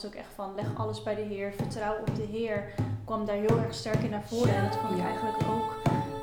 ook echt van leg alles bij de Heer, vertrouw op de Heer, kwam daar heel erg sterk in naar voren. En dat vond ik eigenlijk ook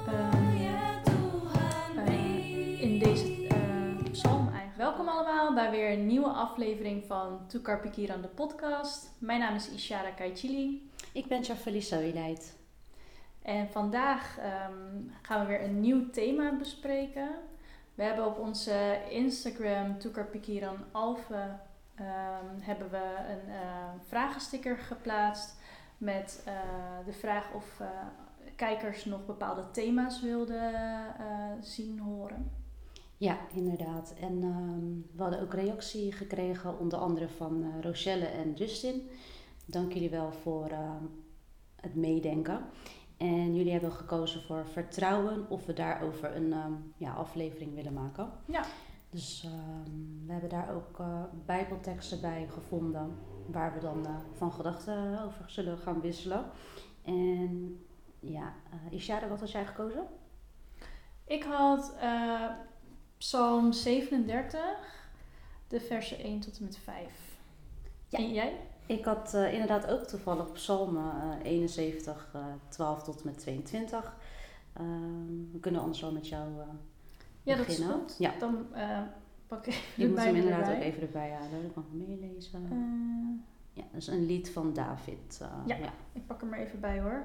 in deze psalm eigenlijk. Welkom allemaal bij weer een nieuwe aflevering van Tukar Pikiran de podcast. Mijn naam is Ishara Kaichili. Ik ben Jafeli Soileit. En vandaag gaan we weer een nieuw thema bespreken. We hebben op onze Instagram Tukar Pikiran Alphe hebben we een vragensticker geplaatst met de vraag of kijkers nog bepaalde thema's wilden zien horen. Ja, inderdaad. En we hadden ook reactie gekregen, onder andere van Rochelle en Justin. Dank jullie wel voor het meedenken. En jullie hebben gekozen voor vertrouwen, of we daarover een aflevering willen maken. Ja. Dus we hebben daar ook bijbelteksten bij gevonden, waar we dan van gedachten over zullen gaan wisselen. En ja, Ishara, wat had jij gekozen? Ik had Psalm 37, de versen 1 tot en met 5. Ja. En jij? Ik had inderdaad ook toevallig Psalmen 71, 12 tot en met 22. We kunnen anders wel met jou beginnen. Dat is goed. Ja. Dan pak ik Je even moet hem inderdaad erbij. ook even erbij halen, dan kan ik meelezen. Ja, dat is een lied van David. Ja, ik pak hem er even bij hoor.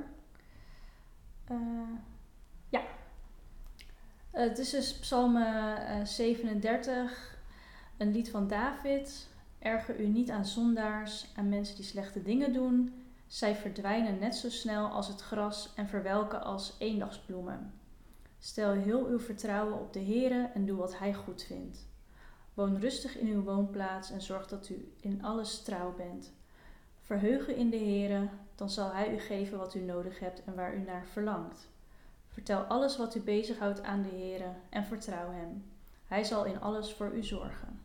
Het is dus Psalm 37, een lied van David. Erger u niet aan zondaars, aan mensen die slechte dingen doen. Zij verdwijnen net zo snel als het gras en verwelken als eendagsbloemen. Stel heel uw vertrouwen op de Heere en doe wat Hij goed vindt. Woon rustig in uw woonplaats en zorg dat u in alles trouw bent. Verheug u in de Heere, dan zal Hij u geven wat u nodig hebt en waar u naar verlangt. Vertel alles wat u bezighoudt aan de Heere en vertrouw Hem. Hij zal in alles voor u zorgen.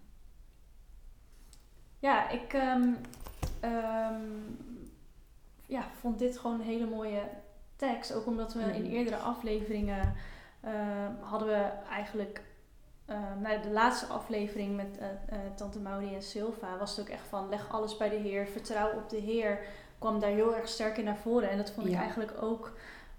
Ja, ik vond dit gewoon een hele mooie tekst. Ook omdat we in eerdere afleveringen hadden we eigenlijk... de laatste aflevering met Tante Maudie en Silva was het ook echt van leg alles bij de Heer, vertrouw op de Heer. Kwam daar heel erg sterk in naar voren. En dat vond ik eigenlijk ook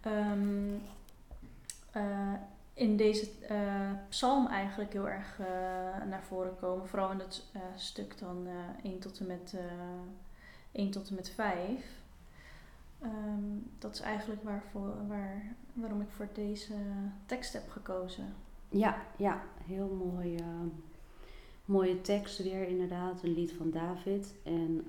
in deze psalm eigenlijk heel erg naar voren komen. Vooral in het stuk dan 1 tot en met 5. Dat is eigenlijk waarom ik voor deze tekst heb gekozen. Ja, heel mooi. Mooie tekst weer inderdaad, een lied van David. En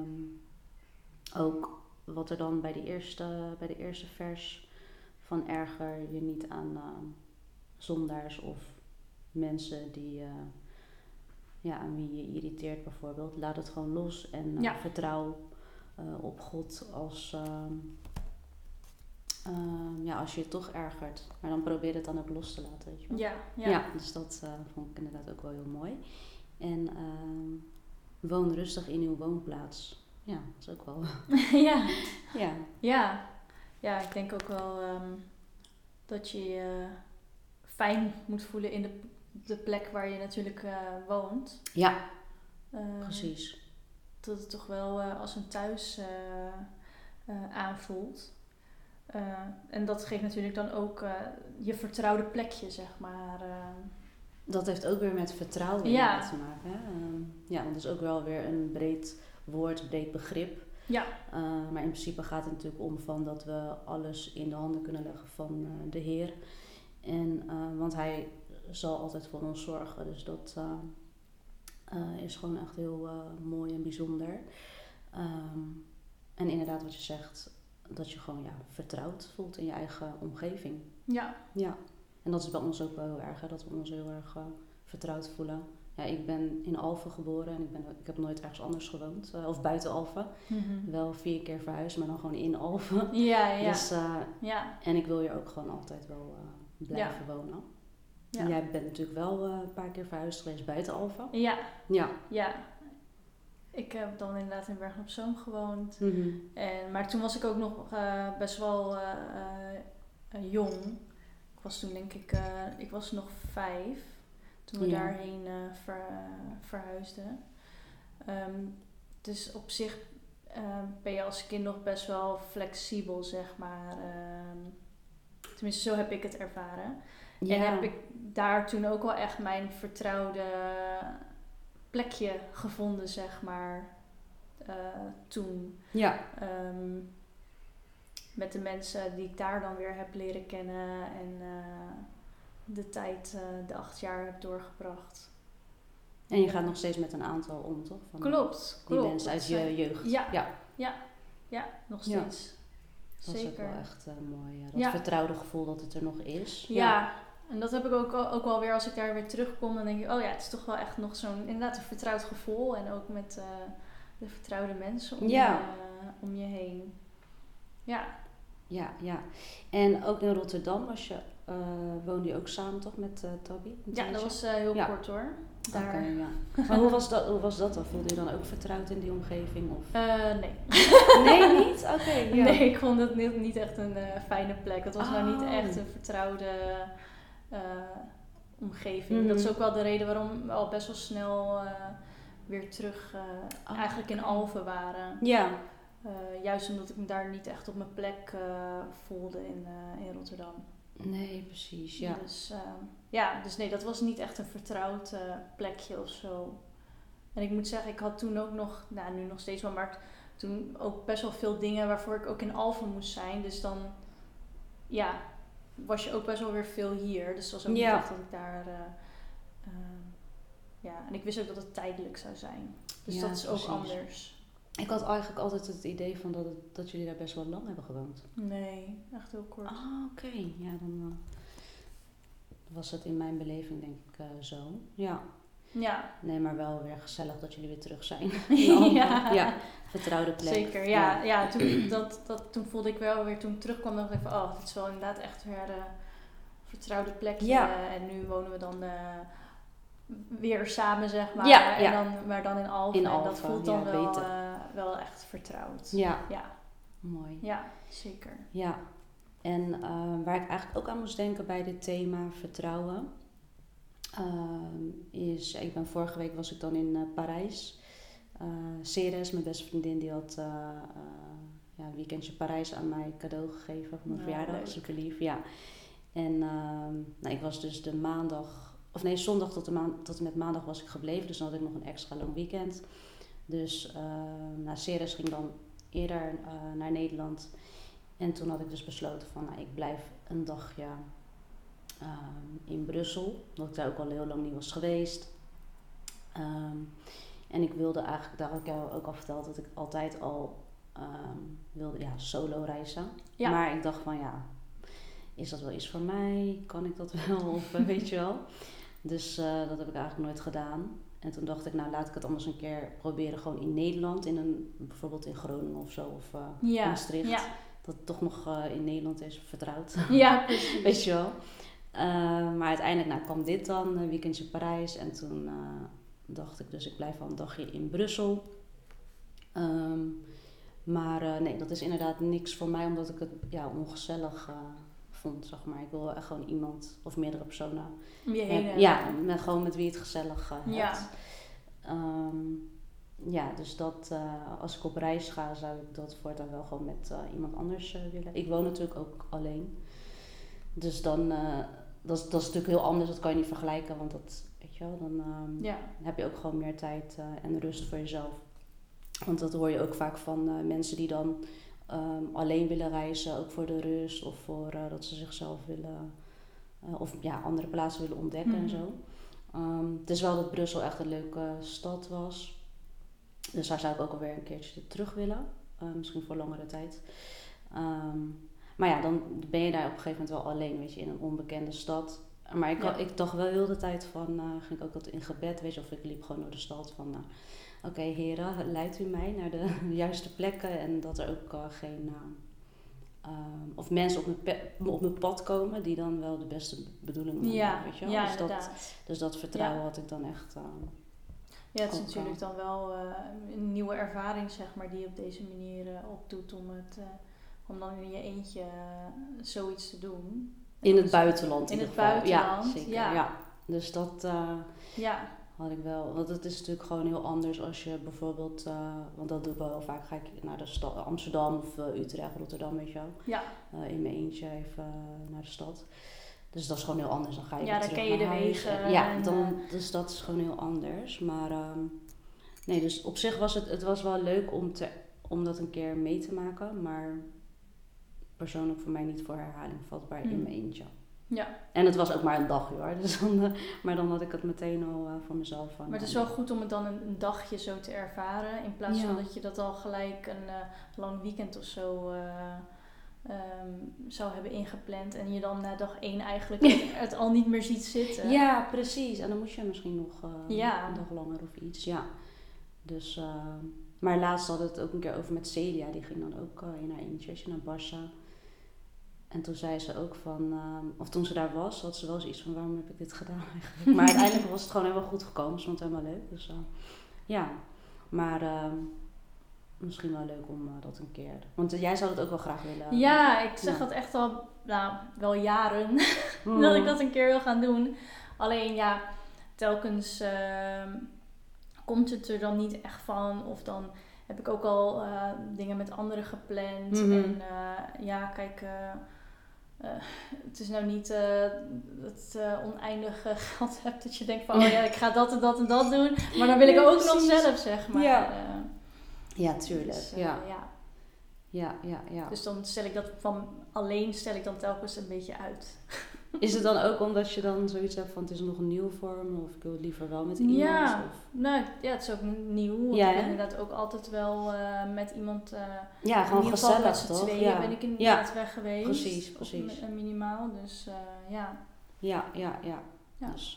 ook wat er dan bij de eerste vers van erger je niet aan zondaars of mensen die aan wie je irriteert bijvoorbeeld. Laat het gewoon los en vertrouw op God als je het toch ergert. Maar dan probeer het dan ook los te laten, weet je wel. Ja, dus dat vond ik inderdaad ook wel heel mooi. En woon rustig in uw woonplaats. Ja, dat is ook wel... Ja, ik denk ook wel dat je je fijn moet voelen in de plek waar je natuurlijk woont. Ja, precies. Dat het toch wel als een thuis aanvoelt. En dat geeft natuurlijk dan ook je vertrouwde plekje, zeg maar. Dat heeft ook weer met vertrouwen te maken. Hè? Want dat is ook wel weer een breed woord, breed begrip. Ja. Maar in principe gaat het natuurlijk om van dat we alles in de handen kunnen leggen van de Heer. En, want Hij zal altijd voor ons zorgen. Dus dat is gewoon echt heel mooi en bijzonder. En inderdaad wat je zegt, dat je gewoon vertrouwd voelt in je eigen omgeving. Ja. En dat is bij ons ook wel heel erg, hè, dat we ons heel erg vertrouwd voelen. Ja, ik ben in Alphen geboren en ik heb nooit ergens anders gewoond. Of buiten Alphen. Mm-hmm. Wel 4 keer verhuisd, maar dan gewoon in Alphen. Ja. Dus, en ik wil hier ook gewoon altijd wel blijven wonen. Ja. En jij bent natuurlijk wel een paar keer verhuisd geweest buiten Alphen. Ja. Ik heb dan inderdaad in Bergen op Zoom gewoond. Mm-hmm. Maar toen was ik ook nog best wel jong. Ik was toen denk ik was nog 5 toen we daarheen verhuisden. Dus op zich ben je als kind nog best wel flexibel, zeg maar. Tenminste, zo heb ik het ervaren. Ja. En heb ik daar toen ook wel echt mijn vertrouwde plekje gevonden, zeg maar. Toen. Ja. Met de mensen die ik daar dan weer heb leren kennen. En de tijd, de 8 jaar heb doorgebracht. En je gaat nog steeds met een aantal om, toch? Van klopt. Die mensen uit je jeugd. Ja, nog steeds. Dat is ook wel echt mooi. Dat vertrouwde gevoel dat het er nog is. Ja, en dat heb ik ook wel weer als ik daar weer terugkom. Dan denk ik, het is toch wel echt nog zo'n inderdaad een vertrouwd gevoel. En ook met de vertrouwde mensen om je heen. Ja. En ook in Rotterdam woonde je ook samen toch met Tabby? Ja, dat was heel kort hoor. Daar. Maar hoe was dat dan? Voelde je dan ook vertrouwd in die omgeving? Of? Nee. Nee, niet? Oké. Nee, ik vond het niet echt een fijne plek. Het was nou niet echt een vertrouwde omgeving. Mm-hmm. Dat is ook wel de reden waarom we al best wel snel weer terug eigenlijk in Alphen waren. Ja. Juist omdat ik me daar niet echt op mijn plek voelde in Rotterdam. Nee, precies, ja. Dus nee, dat was niet echt een vertrouwd plekje of zo. En ik moet zeggen, ik had toen ook nog, nu nog steeds wel, maar toen ook best wel veel dingen waarvoor ik ook in Alphen moest zijn. Dus dan, was je ook best wel weer veel hier. Dus het was ook niet echt dat ik daar, en ik wist ook dat het tijdelijk zou zijn. Dus dat is ook anders. Ik had eigenlijk altijd het idee van dat jullie daar best wel lang hebben gewoond. Nee, echt heel kort. Oké. Ja, dan was het in mijn beleving denk ik zo. Ja. Nee, maar wel weer gezellig dat jullie weer terug zijn. Vertrouwde plek. Zeker, toen voelde ik wel weer, toen ik terugkwam, dacht ik van, dit is wel inderdaad echt weer een vertrouwde plekje. Ja. En nu wonen we dan weer samen, zeg maar. Maar dan in Alphen. En dat voelt dan wel echt vertrouwd. Ja. Mooi. Ja, zeker. Ja. En waar ik eigenlijk ook aan moest denken bij dit thema vertrouwen, vorige week was ik dan in Parijs. Ceres, mijn beste vriendin, die had een weekendje Parijs aan mij cadeau gegeven voor mijn verjaardag. Super lief, ja. En ik was dus zondag tot en met maandag was ik gebleven. Dus dan had ik nog een extra lang weekend. Dus Ceres ging dan eerder naar Nederland. En toen had ik dus besloten van, ik blijf een dagje in Brussel. Omdat ik daar ook al heel lang niet was geweest. En ik wilde eigenlijk, daar had ik jou ook al verteld, dat ik altijd al wilde solo reizen. Ja. Maar ik dacht van, is dat wel iets voor mij? Kan ik dat wel? Of weet je wel? Dus dat heb ik eigenlijk nooit gedaan. En toen dacht ik, laat ik het anders een keer proberen gewoon in Nederland. Bijvoorbeeld in Groningen of zo. Of Maastricht. Ja. Dat het toch nog in Nederland is vertrouwd. Ja, precies. Weet je wel. Maar uiteindelijk kwam dit dan, een weekendje Parijs. En toen dacht ik dus, ik blijf al een dagje in Brussel. Maar nee, dat is inderdaad niks voor mij, omdat ik het ongezellig vond, zeg maar. Ik wil echt gewoon iemand of meerdere personen. Om je heen. Gewoon met wie het gezellig hebt. Dus dat als ik op reis ga, zou ik dat voortaan wel gewoon met iemand anders willen. Ik woon natuurlijk ook alleen. Dus dan, dat is natuurlijk heel anders, dat kan je niet vergelijken. Want dat, weet je wel, dan heb je ook gewoon meer tijd en rust voor jezelf. Want dat hoor je ook vaak van mensen die dan alleen willen reizen, ook voor de rust of voor dat ze zichzelf willen, andere plaatsen willen ontdekken en zo. Het is wel dat Brussel echt een leuke stad was. Dus daar zou ik ook alweer een keertje terug willen. Misschien voor langere tijd. Maar dan ben je daar op een gegeven moment wel alleen, weet je, in een onbekende stad. Maar ik dacht wel heel de tijd van, ging ik ook altijd in gebed, weet je, of ik liep gewoon door de stad van, oké, heren, leidt u mij naar de juiste plekken en dat er ook geen, of mensen op mijn pad komen die dan wel de beste bedoelingen hebben, weet je wel. Dus dat vertrouwen had ik dan echt. Het is natuurlijk dan wel een nieuwe ervaring, zeg maar, die je op deze manier opdoet om dan in je eentje zoiets te doen. In het buitenland. In het buitenland, ja, zeker. Ja. Dus dat had ik wel. Want het is natuurlijk gewoon heel anders als je bijvoorbeeld, want dat doe ik wel heel vaak, ga ik naar de stad, Amsterdam of Utrecht, Rotterdam, weet je wel. Ja. In mijn eentje even naar de stad. Dus dat is gewoon heel anders. Dan ga je dan terug ken je de naar huis. wegen. Ja, dus dat is gewoon heel anders. Maar nee, dus op zich was het was wel leuk om dat een keer mee te maken. Maar persoonlijk voor mij niet voor herhaling vatbaar in mijn eentje. Ja. En het was ook maar een dagje hoor. Dus maar dan had ik het meteen al voor mezelf van. Maar het is wel goed om het dan een dagje zo te ervaren. In plaats van dat je dat al gelijk een lang weekend of zo zou hebben ingepland. En je dan na dag 1 eigenlijk het al niet meer ziet zitten. Ja, precies. En dan moet je misschien nog een dag langer of iets. Ja. Dus, maar laatst hadden we het ook een keer over met Celia. Die ging dan ook in haar eentje naar Barça. En toen zei ze ook van, of toen ze daar was, had ze wel zoiets van, waarom heb ik dit gedaan eigenlijk? Maar uiteindelijk was het gewoon helemaal goed gekomen. Ze vond het helemaal leuk. Dus ja, maar misschien wel leuk om dat een keer. Want jij zou dat ook wel graag willen. Ja, ik zeg dat echt al, wel jaren, dat ik dat een keer wil gaan doen. Alleen telkens komt het er dan niet echt van. Of dan heb ik ook al dingen met anderen gepland. En kijk... het is nou niet dat oneindige geld hebt dat je denkt van ik ga dat en dat en dat doen. Maar dan wil ik ook nog zelf, zeg maar. Ja, tuurlijk. Dus, Ja. Dus dan stel ik dat alleen dan telkens een beetje uit. Is het dan ook omdat je dan zoiets hebt van het is nog een nieuwe vorm of ik wil het liever wel met iemand? Ja, het is ook nieuw. Want ik ben inderdaad ook altijd wel met iemand. Gewoon gezellig met z'n tweeën ben ik inderdaad weg geweest. Precies. Minimaal, dus Ja. Dus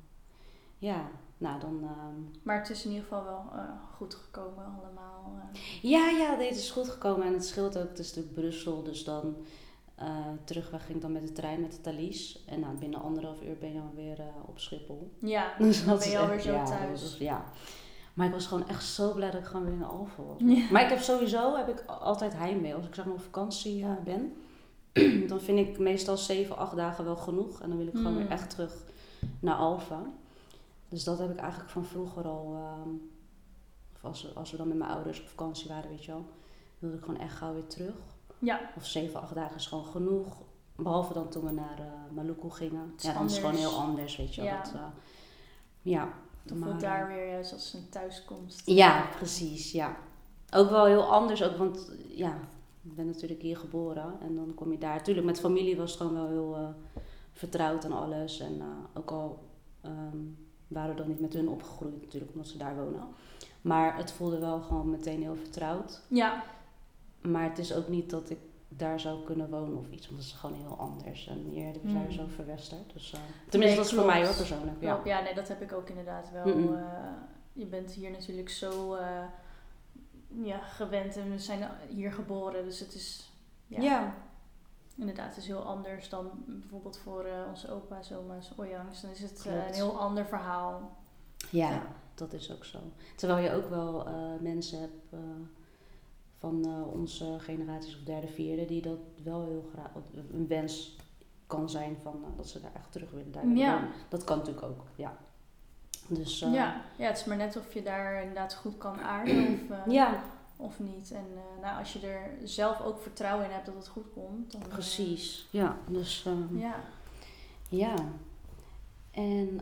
dan... Maar het is in ieder geval wel goed gekomen allemaal. Ja, dit is goed gekomen en het scheelt ook. Het is natuurlijk Brussel, dus dan... terugweg ging ik dan met de trein met de Thalys. En binnen 1,5 uur ben je alweer op Schiphol. Ja, dus dan ben je alweer zo thuis. Maar ik was gewoon echt zo blij dat ik gewoon weer in Alphen was. Ja. Maar ik heb altijd heimwee. Als ik zeg maar op vakantie ben, dan vind ik meestal 7-8 dagen wel genoeg. En dan wil ik gewoon weer echt terug naar Alphen. Dus dat heb ik eigenlijk van vroeger al. Of als we dan met mijn ouders op vakantie waren, weet je wel. Wilde ik gewoon echt gauw weer terug. Ja. Of 7-8 dagen is gewoon genoeg. Behalve dan toen we naar Maluku gingen. Dan anders. is het gewoon heel anders, weet je wel. Dan voelt daar weer juist als een thuiskomst. Ja, precies, ja. Ook wel heel anders, ook, want ik ben natuurlijk hier geboren. En dan kom je daar. Natuurlijk, met familie was het gewoon wel heel vertrouwd en alles. En ook al waren we dan niet met hun opgegroeid natuurlijk, omdat ze daar wonen. Maar het voelde wel gewoon meteen heel vertrouwd. Ja. Maar het is ook niet dat ik daar zou kunnen wonen of iets. Want het is gewoon heel anders. En hier zijn we zo verwesterd. Dus, tenminste, dat is voor mij hoor, persoonlijk. Ja, dat heb ik ook inderdaad wel. Je bent hier natuurlijk zo gewend. En we zijn hier geboren. Dus het is... Inderdaad, het is heel anders dan bijvoorbeeld voor onze opa's, oma's, ojangs. Dan is het een heel ander verhaal. Ja, dat is ook zo. Terwijl je ook wel mensen hebt... van onze generaties of derde, vierde, die dat wel heel graag een wens kan zijn van dat ze daar echt terug willen. Dat kan natuurlijk ook, ja. Dus, het is maar net of je daar inderdaad goed kan aarden of niet. En als je er zelf ook vertrouwen in hebt dat het goed komt. Dan, precies, ja. Dus, ja. En...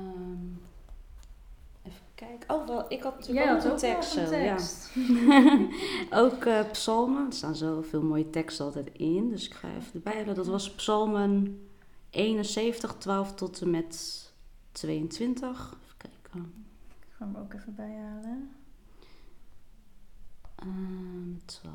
even kijken. Oh, wel, ik had natuurlijk ook een tekst. Ook psalmen. Er staan zoveel mooie teksten altijd in. Dus ik ga even erbij halen. Dat was psalmen 71, 12 tot en met 22. Even kijken. Ik ga hem ook even bijhalen. 12.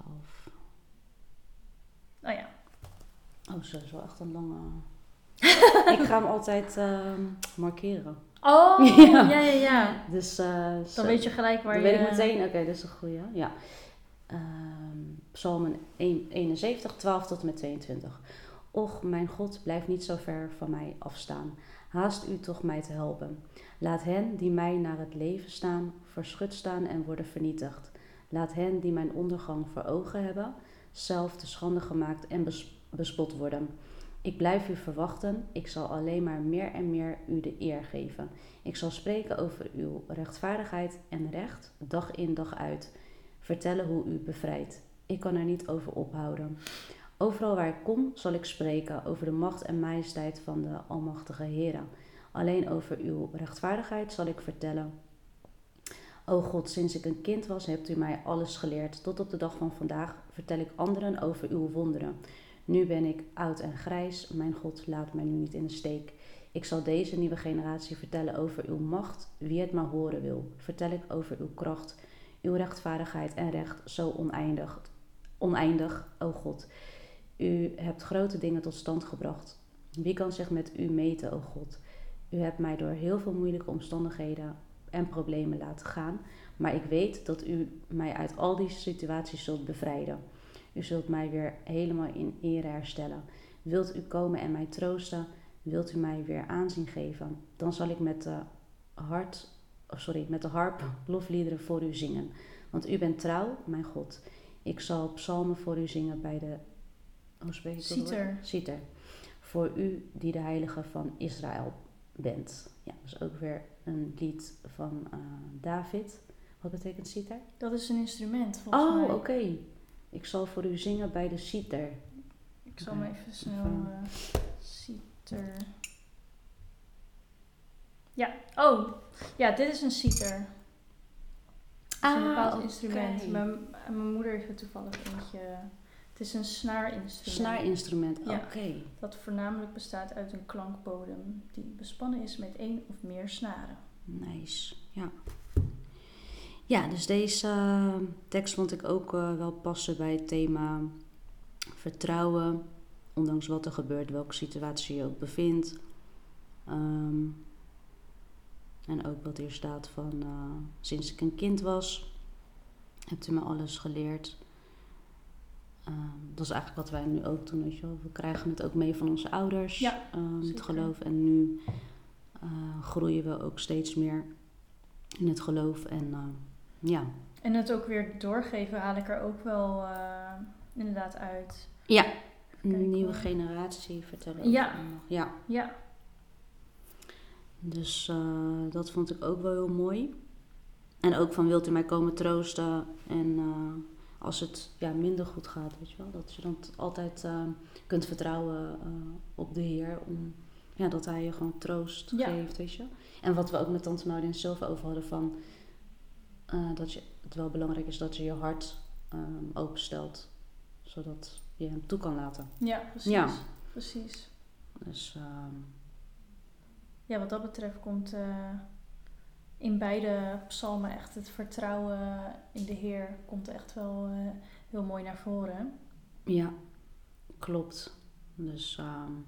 Oh ja. Oh, zo is wel echt een lange... ik ga hem altijd markeren. Oh, ja. Dus, dan weet je gelijk waar dan je... weet ik meteen, oké, dat is een goeie. Ja. Psalmen 71, 12 tot en met 22. Och, mijn God, blijf niet zo ver van mij afstaan. Haast u toch mij te helpen. Laat hen die mij naar het leven staan, verschut staan en worden vernietigd. Laat hen die mijn ondergang voor ogen hebben, zelf te schande gemaakt en bespot worden. Ik blijf u verwachten. Ik zal alleen maar meer en meer u de eer geven. Ik zal spreken over uw rechtvaardigheid en recht, dag in dag uit. Vertellen hoe u bevrijdt. Ik kan er niet over ophouden. Overal waar ik kom, zal ik spreken over de macht en majesteit van de Almachtige Heere. Alleen over uw rechtvaardigheid zal ik vertellen. O God, sinds ik een kind was, hebt u mij alles geleerd. Tot op de dag van vandaag vertel ik anderen over uw wonderen. Nu ben ik oud en grijs. Mijn God, laat mij nu niet in de steek. Ik zal deze nieuwe generatie vertellen over uw macht. Wie het maar horen wil, vertel ik over uw kracht, uw rechtvaardigheid en recht, zo oneindig, o God. U hebt grote dingen tot stand gebracht. Wie kan zich met u meten, o God? U hebt mij door heel veel moeilijke omstandigheden en problemen laten gaan, maar ik weet dat u mij uit al die situaties zult bevrijden. U zult mij weer helemaal in ere herstellen. Wilt u komen en mij troosten? Wilt u mij weer aanzien geven? Dan zal ik met de harp lofliederen voor u zingen. Want u bent trouw, mijn God. Ik zal psalmen voor u zingen bij de Citer. Voor u die de heilige van Israël bent. Ja, dat is ook weer een lied van David. Wat betekent citer? Dat is een instrument volgens mij. Oh, oké. Ik zal voor u zingen bij de citer. Ik zal me even snel... citer... Ja, ja, dit is een citer. Dat is een bepaald instrument. Okay. Mijn moeder heeft er toevallig eentje... Het is een snaarinstrument. Snaarinstrument, ja, oké. Dat voornamelijk bestaat uit een klankbodem die bespannen is met 1 of meer snaren. Nice, ja. Ja, dus deze tekst vond ik ook wel passen bij het thema vertrouwen. Ondanks wat er gebeurt, welke situatie je ook bevindt. En ook wat hier staat van sinds ik een kind was, hebt u me alles geleerd. Dat is eigenlijk wat wij nu ook doen, weet je wel. We krijgen het ook mee van onze ouders, het geloof. En nu groeien we ook steeds meer in het geloof. En het ook weer doorgeven haal ik er ook wel inderdaad uit. Ja, een nieuwe generatie vertellen. Ja. Dus dat vond ik ook wel heel mooi. En ook van wilt u mij komen troosten en... als het minder goed gaat, weet je wel. Dat je dan altijd kunt vertrouwen op de Heer. Dat Hij je gewoon troost geeft, weet je. En wat we ook met Tante Maudien zelf over hadden van... dat het wel belangrijk is dat je je hart openstelt. Zodat je hem toe kan laten. Ja, precies. Ja. Precies. Dus... Ja, wat dat betreft komt... in beide psalmen echt het vertrouwen in de Heer komt echt wel heel mooi naar voren. Ja, klopt. Dus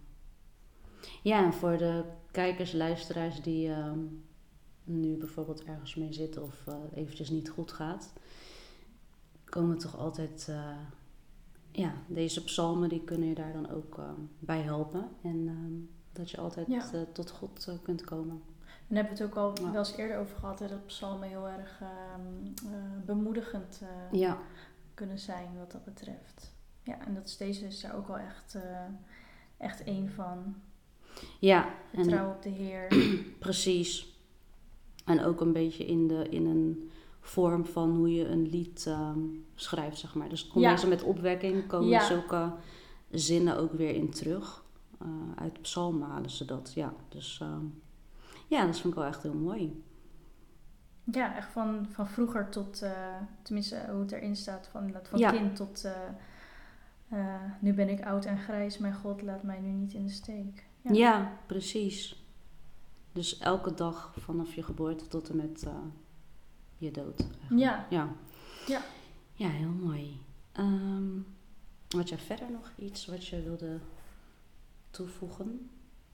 en voor de kijkers, luisteraars die nu bijvoorbeeld ergens mee zitten of eventjes niet goed gaat, komen toch altijd, deze psalmen die kunnen je daar dan ook bij helpen. En dat je altijd tot God kunt komen. En daar hebben we het ook al wel eens eerder over gehad, hè, dat psalmen heel erg bemoedigend kunnen zijn wat dat betreft. Ja, en deze is daar ook wel echt één van. Ja. Vertrouwen op de Heer. Precies. En ook een beetje in een vorm van hoe je een lied schrijft, zeg maar. Dus meestal met opwekking komen zulke zinnen ook weer in terug. Uit psalmen halen ze dat, Dus... dat vind ik wel echt heel mooi. Ja, echt van vroeger tot, tenminste hoe het erin staat, van kind tot nu ben ik oud en grijs, mijn God, laat mij nu niet in de steek. Ja, precies. Dus elke dag vanaf je geboorte tot en met je dood. Ja. Ja, heel mooi. Had jij verder nog iets wat je wilde toevoegen?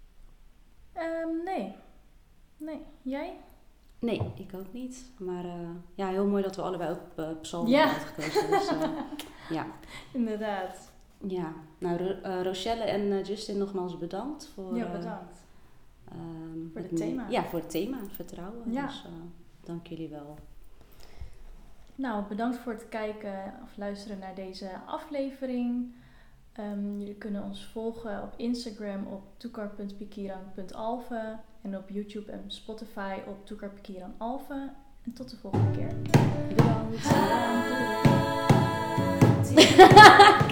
Nee, jij? Nee, ik ook niet. Maar heel mooi dat we allebei ook psalmen hebben uitgekozen. Dus, inderdaad. Ja, nou Rochelle en Justin nogmaals bedankt voor... bedankt. Voor het thema. Ja, voor het thema, vertrouwen. Ja. Dus dank jullie wel. Nou, bedankt voor het kijken of luisteren naar deze aflevering. Jullie kunnen ons volgen op Instagram op toekar.pikiran.alve en op YouTube en Spotify op toekar.pikiran.alve. En tot de volgende keer. Bedankt.